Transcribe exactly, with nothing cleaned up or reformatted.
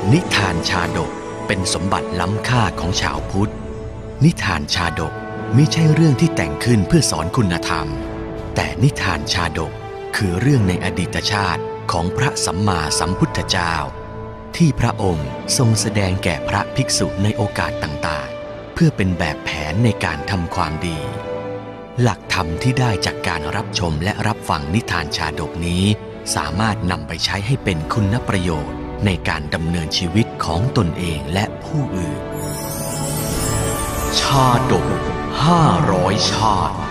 นิทานชาดกเป็นสมบัติล้ำค่าของชาวพุทธนิทานชาดกมิใช่เรื่องที่แต่งขึ้นเพื่อสอนคุณธรรมแต่นิทานชาดกคือเรื่องในอดีตชาติของพระสัมมาสัมพุทธเจ้าที่พระองค์ทรงแสดงแก่พระภิกษุในโอกาสต่างๆเพื่อเป็นแบบแผนในการทำความดีหลักธรรมที่ได้จากการรับชมและรับฟังนิทานชาดกนี้สามารถนำไปใช้ให้เป็นคุณประโยชน์ในการดำเนินชีวิตของตนเองและผู้อื่นชาดกห้าร้อยชาติ